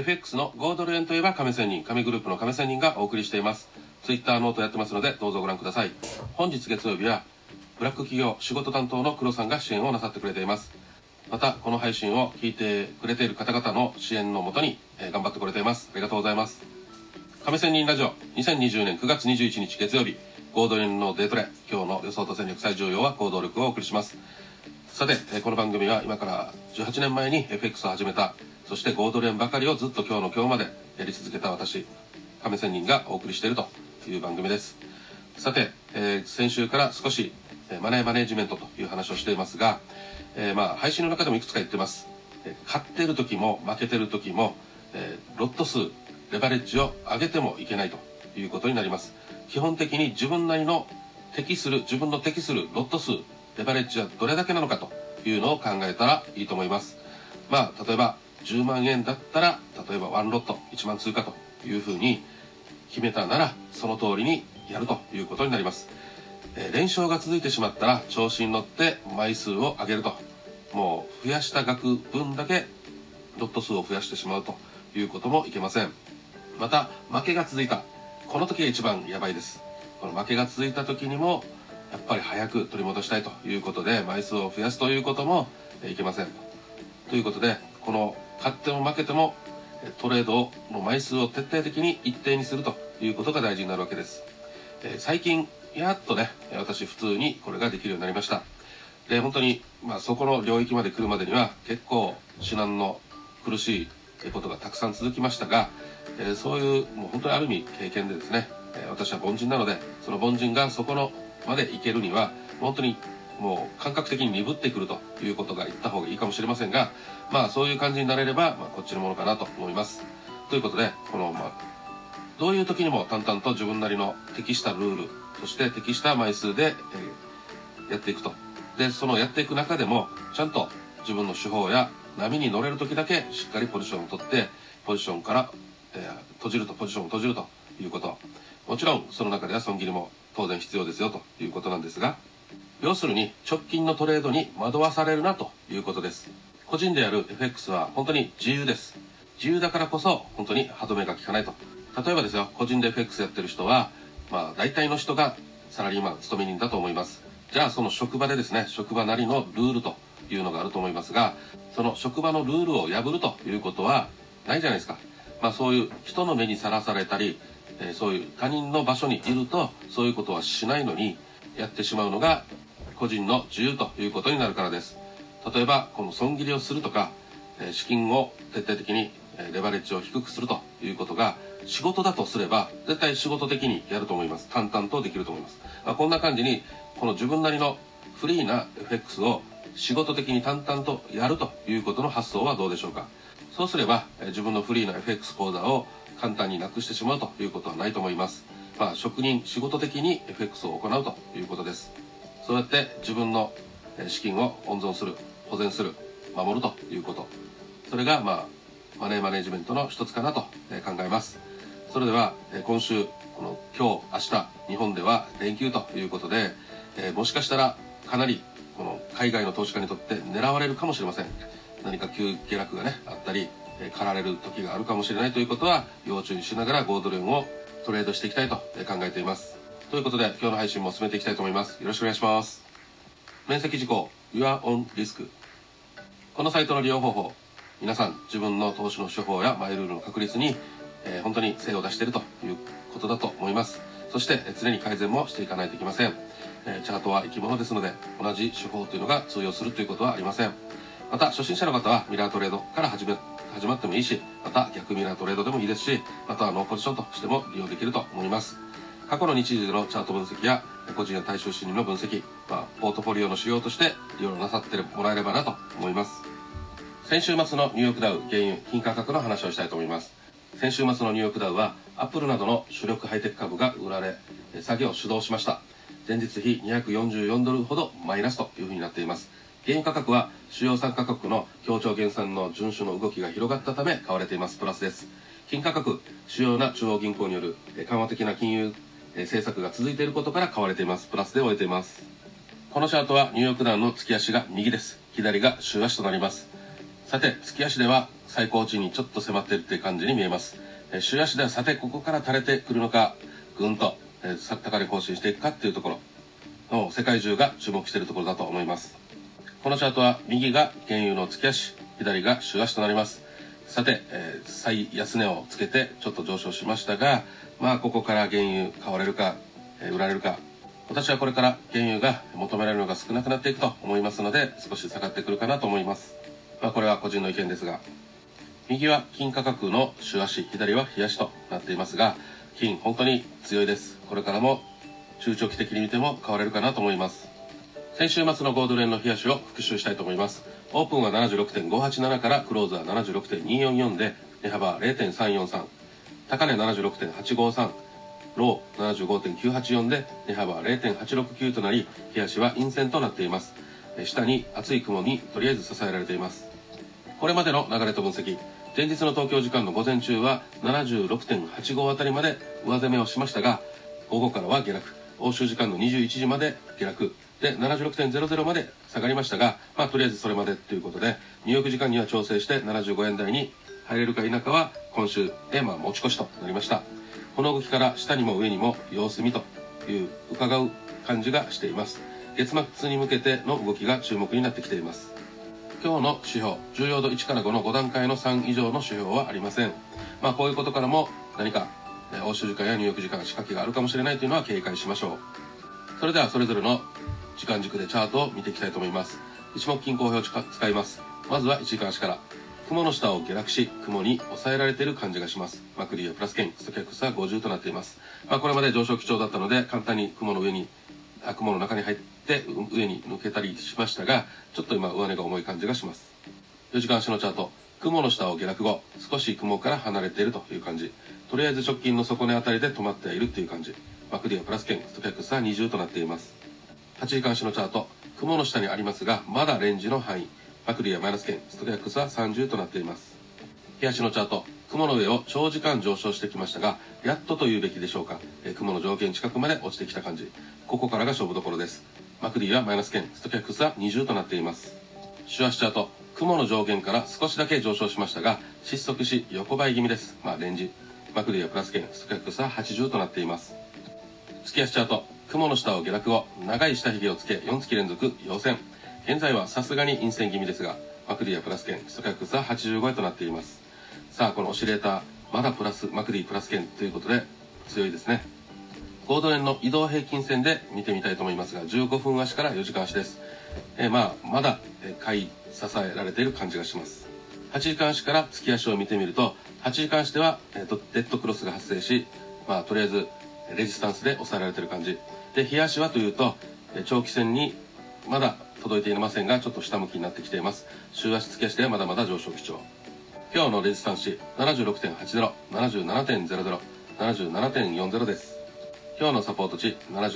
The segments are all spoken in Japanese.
FX の5ドル円といえば亀仙人、亀グループの亀仙人がお送りしています。Twitter ノートやってますのでどうぞご覧ください。本日月曜日はブラック企業仕事担当の黒さんが支援をなさってくれています。またこの配信を聞いてくれている方々の支援のもとに頑張ってくれています。ありがとうございます。亀仙人ラジオ2020年9月21日月曜日、5ドル円のデートレ、今日の予想と戦略最重要は行動力をお送りします。さて、この番組は今から18年前に FX を始めた、そして5ドル円ばかりをずっと今日の今日までやり続けた私、亀仙人がお送りしているという番組です。さて、先週から少しマネージメントという話をしていますが、配信の中でもいくつか言ってます。買ってる時も負けてる時も、ロット数、レバレッジを上げてもいけないということになります。基本的に自分の適するロット数、レバレッジはどれだけなのかというのを考えたらいいと思います。例えば10万円だったら、例えば1ロット1万通貨というふうに決めたなら、その通りにやるということになります。連勝が続いてしまったら調子に乗って枚数を上げると、もう増やした額分だけロット数を増やしてしまうということもいけません。また負けが続いた、この時が一番やばいです。この負けが続いた時にもやっぱり早く取り戻したいということで枚数を増やすということもいけません。ということで、この勝っても負けてもトレードの枚数を徹底的に一定にするということが大事になるわけです。最近やっとね、私普通にこれができるようになりました。で、本当にそこの領域まで来るまでには結構至難の苦しいことがたくさん続きましたが、そういうもう本当にある意味経験でですね、私は凡人なので、その凡人がそこのまでいけるには本当にもう感覚的に鈍ってくるということが言った方がいいかもしれませんが、そういう感じになれれば、こっちのものかなと思います。ということで、どういう時にも淡々と自分なりの適したルール、そして適した枚数で、やっていくと。で、そのやっていく中でもちゃんと自分の手法や波に乗れる時だけしっかりポジションを取って、ポジションから、ポジションを閉じるということ。もちろんその中では損切りも当然必要ですよということなんですが、要するに直近のトレードに惑わされるなということです。個人でやる FX は本当に自由です。自由だからこそ本当に歯止めが効かないと。例えばですよ、個人で FX やってる人は大体の人がサラリーマン勤め人だと思います。じゃあその職場でですね、職場なりのルールというのがあると思いますが、その職場のルールを破るということはないじゃないですか。そういう人の目にさらされたり、そういう他人の場所にいるとそういうことはしないのにやってしまうのが個人の自由ということになるからです。例えばこの損切りをするとか、資金を徹底的にレバレッジを低くするということが仕事だとすれば絶対仕事的にやると思います。淡々とできると思います。こんな感じにこの自分なりのフリーな FX を仕事的に淡々とやるということの発想はどうでしょうか。そうすれば自分のフリーな FX 口座を簡単になくしてしまうということはないと思います。仕事的に FX を行うということです。そうやって自分の資金を温存する、保全する、守るということ、それがマネージメントの一つかなと考えます。それでは今週今日明日日本では連休ということで、もしかしたらかなりこの海外の投資家にとって狙われるかもしれません。何か急下落がねあったり、駆られる時があるかもしれないということは要注意しながら5ドル円をトレードしていきたいと考えています。ということで今日の配信も進めていきたいと思います。よろしくお願いします。面積事項 Your Own Risk。 このサイトの利用方法、皆さん自分の投資の手法やマイルールの確立に、本当に精を出しているということだと思います。そして常に改善もしていかないといけません。チャートは生き物ですので同じ手法というのが通用するということはありません。また初心者の方はミラートレードから始まってもいいし、また逆ミラートレードでもいいですし、またはノーポジションとしても利用できると思います。過去の日時でのチャート分析や個人や大衆心理の分析、ポートフォリオの仕様として利用なさってもらえればなと思います。先週末のニューヨークダウ原油金価格の話をしたいと思います。先週末のニューヨークダウはアップルなどの主力ハイテク株が売られ下げを主導しました。前日比244ドルほどマイナスというふうになっています。原油価格は主要3カ国の協調減産の順守の動きが広がったため買われています。プラスです。金価格、主要な中央銀行による緩和的な金融政策が続いていることから買われています。プラスで終えています。このチャートはニューヨークダウの月足が右です。左が週足となります。 さて、月足では最高値にちょっと迫っているという感じに見えます。週足ではさてここから垂れてくるのか、ぐんと、高値更新していくかっていうところを世界中が注目しているところだと思います。このチャートは右が原油の月足、左が週足となります。さて、最安値をつけてちょっと上昇しましたが、ここから原油買われるか、売られるか、私はこれから原油が求められるのが少なくなっていくと思いますので、少し下がってくるかなと思います。これは個人の意見ですが、右は金価格の週足、左は日足となっていますが、金本当に強いです。これからも中長期的に見ても買われるかなと思います。先週末のゴールド円の日足を復習したいと思います。オープンは 76.587 からクローズは 76.244 で値幅は 0.343、高値 76.853、ロー 75.984 で値幅は 0.869 となり、日足は陰線となっています。下に厚い雲にとりあえず支えられています。これまでの流れと分析、前日の東京時間の午前中は 76.85 あたりまで上攻めをしましたが、午後からは下落、欧州時間の21時まで下落で 76.00 まで下がりましたが、とりあえずそれまでということで、ニューヨーク時間には調整して75円台に入れるか否かは今週で持ち越しとなりました。この動きから下にも上にも様子見という伺う感じがしています。月末に向けての動きが注目になってきています。今日の指標、重要度1から5の5段階の3以上の指標はありません。こういうことからも何か欧州時間やニューヨーク時間仕掛けがあるかもしれないというのは警戒しましょう。それではそれぞれの時間軸でチャートを見ていきたいと思います。一目均衡表を使います。まずは1時間足から。雲の下を下落し、雲に抑えられている感じがします。マクリーはプラス圏、ストキャックスは50となっています。これまで上昇基調だったので、簡単に雲の中に入って上に抜けたりしましたが、ちょっと今上値が重い感じがします。4時間足のチャート、雲の下を下落後、少し雲から離れているという感じ。とりあえず直近の底値あたりで止まっているという感じ。マクリーはプラス圏、ストキャックスは20となっています。8時間足のチャート、雲の下にありますが、まだレンジの範囲。マクリーはマイナス圏、ストキャックスは30となっています。日足のチャート、雲の上を長時間上昇してきましたが、やっとというべきでしょうか。雲の上限近くまで落ちてきた感じ。ここからが勝負どころです。マクリーはマイナス圏、ストキャックスは20となっています。週足チャート、雲の上限から少しだけ上昇しましたが、失速し横ばい気味です。レンジ。マクリーはプラス圏、ストキャックスは80となっています。月足チャート、雲の下を下落後、長い下髭をつけ4月連続陽線。現在はさすがに陰線気味ですが、マクリーはプラス圏、ストキャックスは85円となっています。さあ、このオシレーター、まだプラス、マクリープラス圏ということで強いですね。ゴールド円の移動平均線で見てみたいと思いますが、15分足から4時間足です。まだ買い支えられている感じがします。8時間足から月足を見てみると、8時間足では、デッドクロスが発生し、とりあえずレジスタンスで抑えられている感じで、日足はというと長期線にまだ届いていませんが、ちょっと下向きになってきています。週足月足ではまだまだ上昇基調。今日のレジスタンス 76.80、77.00、77.40 です。今日のサポート値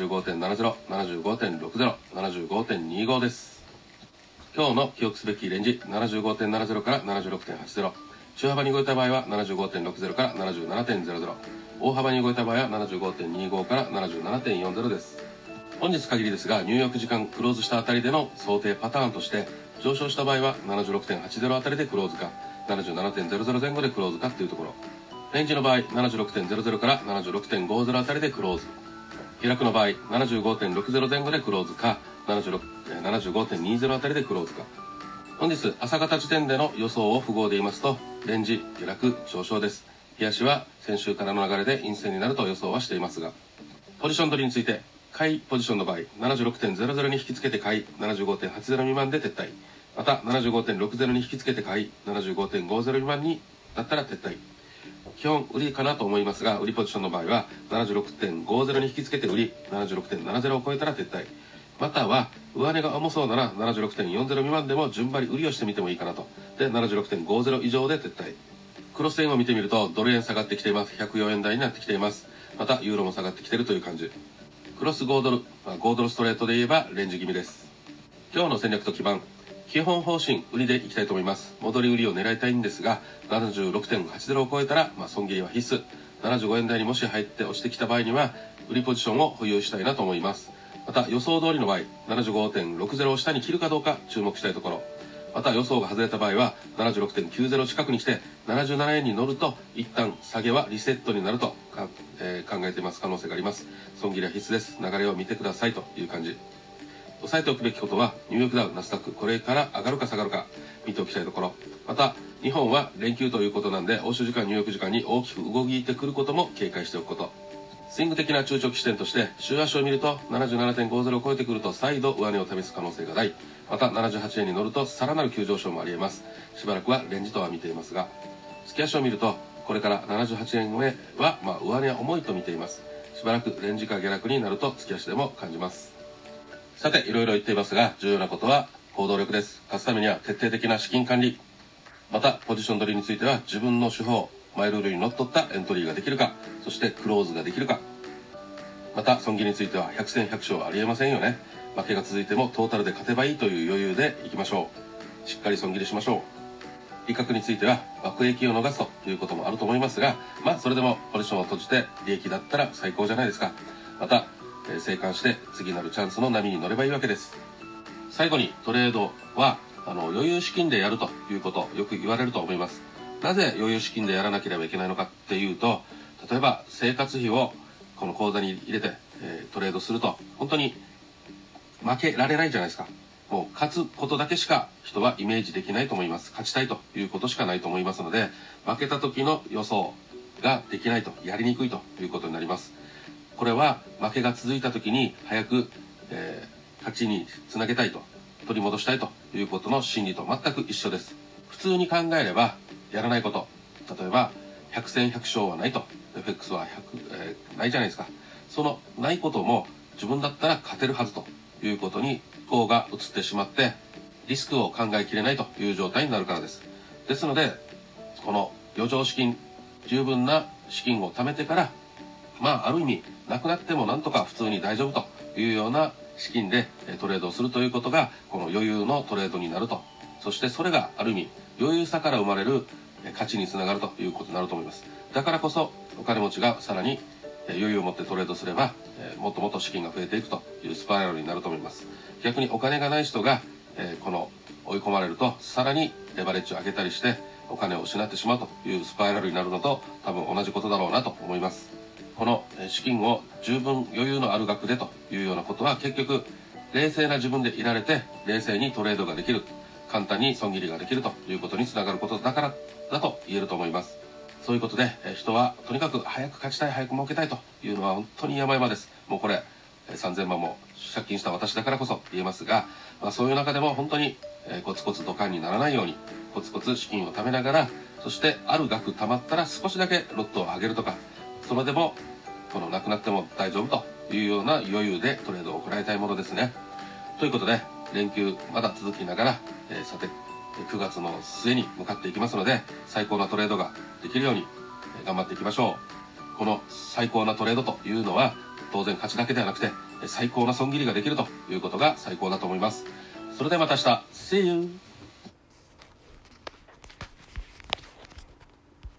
75.70、75.60、75.25 です。今日の記憶すべきレンジ 75.70 から 76.80、中幅に動いた場合は 75.60 から 77.00、大幅に動いた場合は 75.25 から 77.40 です。本日限りですが、ニューヨーク時間クローズしたあたりでの想定パターンとして、上昇した場合は 76.80 あたりでクローズか、77.00 前後でクローズかというところ。レンジの場合 76.00 から 76.50 あたりでクローズ。開くの場合 75.60 前後でクローズか、75.20 あたりでクローズか。本日朝方時点での予想を符号で言いますと、レンジ下落上昇です。日足は先週からの流れで陰線になると予想はしていますが、ポジション取りについて、買いポジションの場合 76.00 に引き付けて買い、 75.80 未満で撤退。また 75.60 に引き付けて買い、 75.50 未満になったら撤退。基本売りかなと思いますが、売りポジションの場合は 76.50 に引き付けて売り、 76.70 を超えたら撤退。または上値が重そうなら 76.40 未満でも順張り売りをしてみてもいいかなと。で 76.50 以上で撤退。クロス円を見てみるとドル円下がってきています。104円台になってきています。またユーロも下がってきているという感じ。クロス5ドル、5ドルストレートで言えばレンジ気味です。今日の戦略と基盤、基本方針売りでいきたいと思います。戻り売りを狙いたいんですが、 76.80 を超えたら、損切りは必須。75円台にもし入って落ちてきた場合には売りポジションを保有したいなと思います。また予想通りの場合 75.60 を下に切るかどうか注目したいところ。 また予想が外れた場合は 76.90 近くにして77円に乗ると一旦下げはリセットになると考えています可能性があります。損切りは必須です。流れを見てくださいという感じ。押さえておくべきことはニューヨークダウ、ナスダック、これから上がるか下がるか見ておきたいところ。また日本は連休ということなんで欧州時間ニューヨーク時間に大きく動いてくることも警戒しておくこと。スイング的な中長期視点として週足を見ると 77.50 を超えてくると再度上値を試す可能性が大。また78円に乗るとさらなる急上昇もありえます。しばらくはレンジとは見ていますが、月足を見るとこれから78円目は上値は重いと見ています。しばらくレンジか下落になると月足でも感じます。さて、いろいろ言っていますが重要なことは行動力です。勝つためには徹底的な資金管理、またポジション取りについては自分の手法、マイルールにのっとったエントリーができるか、そしてクローズができるか、また損切りについては100戦100勝ありえませんよね。負けが続いてもトータルで勝てばいいという余裕でいきましょう。しっかり損切りしましょう。利確については爆益を逃すということもあると思いますが、それでもポジションを閉じて利益だったら最高じゃないですか。また静観して次なるチャンスの波に乗ればいいわけです。最後にトレードは余裕資金でやるということよく言われると思います。なぜ余裕資金でやらなければいけないのかっていうと、例えば生活費をこの口座に入れて、トレードすると本当に負けられないじゃないですか。もう勝つことだけしか人はイメージできないと思います。勝ちたいということしかないと思いますので、負けた時の予想ができないと、やりにくいということになります。これは負けが続いた時に早く、勝ちにつなげたいと、取り戻したいということの心理と全く一緒です。普通に考えればやらないこと、例えば100戦100勝はないと、FX はないじゃないですか。そのないことも自分だったら勝てるはずということに思考が移ってしまってリスクを考えきれないという状態になるからです。ですのでこの余剰資金、十分な資金を貯めてからある意味なくなってもなんとか普通に大丈夫というような資金でトレードをするということがこの余裕のトレードになると。そしてそれがある意味余裕さから生まれる価値につながるということになると思います。だからこそお金持ちがさらに余裕を持ってトレードすればもっともっと資金が増えていくというスパイラルになると思います。逆にお金がない人がこの追い込まれるとさらにレバレッジを上げたりしてお金を失ってしまうというスパイラルになるのと多分同じことだろうなと思います。この資金を十分余裕のある額でというようなことは結局冷静な自分でいられて冷静にトレードができる、簡単に損切りができるということにつながることだからだと言えると思います。そういうことで人はとにかく早く勝ちたい、早く儲けたいというのは本当に山々です。もうこれ3000万も借金した私だからこそ言えますが、そういう中でも本当にコツコツドカンにならないようにコツコツ資金を貯めながら、そしてある額貯まったら少しだけロットを上げるとか、それでもこのなくなっても大丈夫というような余裕でトレードを行いたいものですね。ということで連休まだ続きながら、さて9月の末に向かっていきますので最高なトレードができるように頑張っていきましょう。この最高なトレードというのは当然勝ちだけではなくて最高な損切りができるということが最高だと思います。それではまた明日 See you!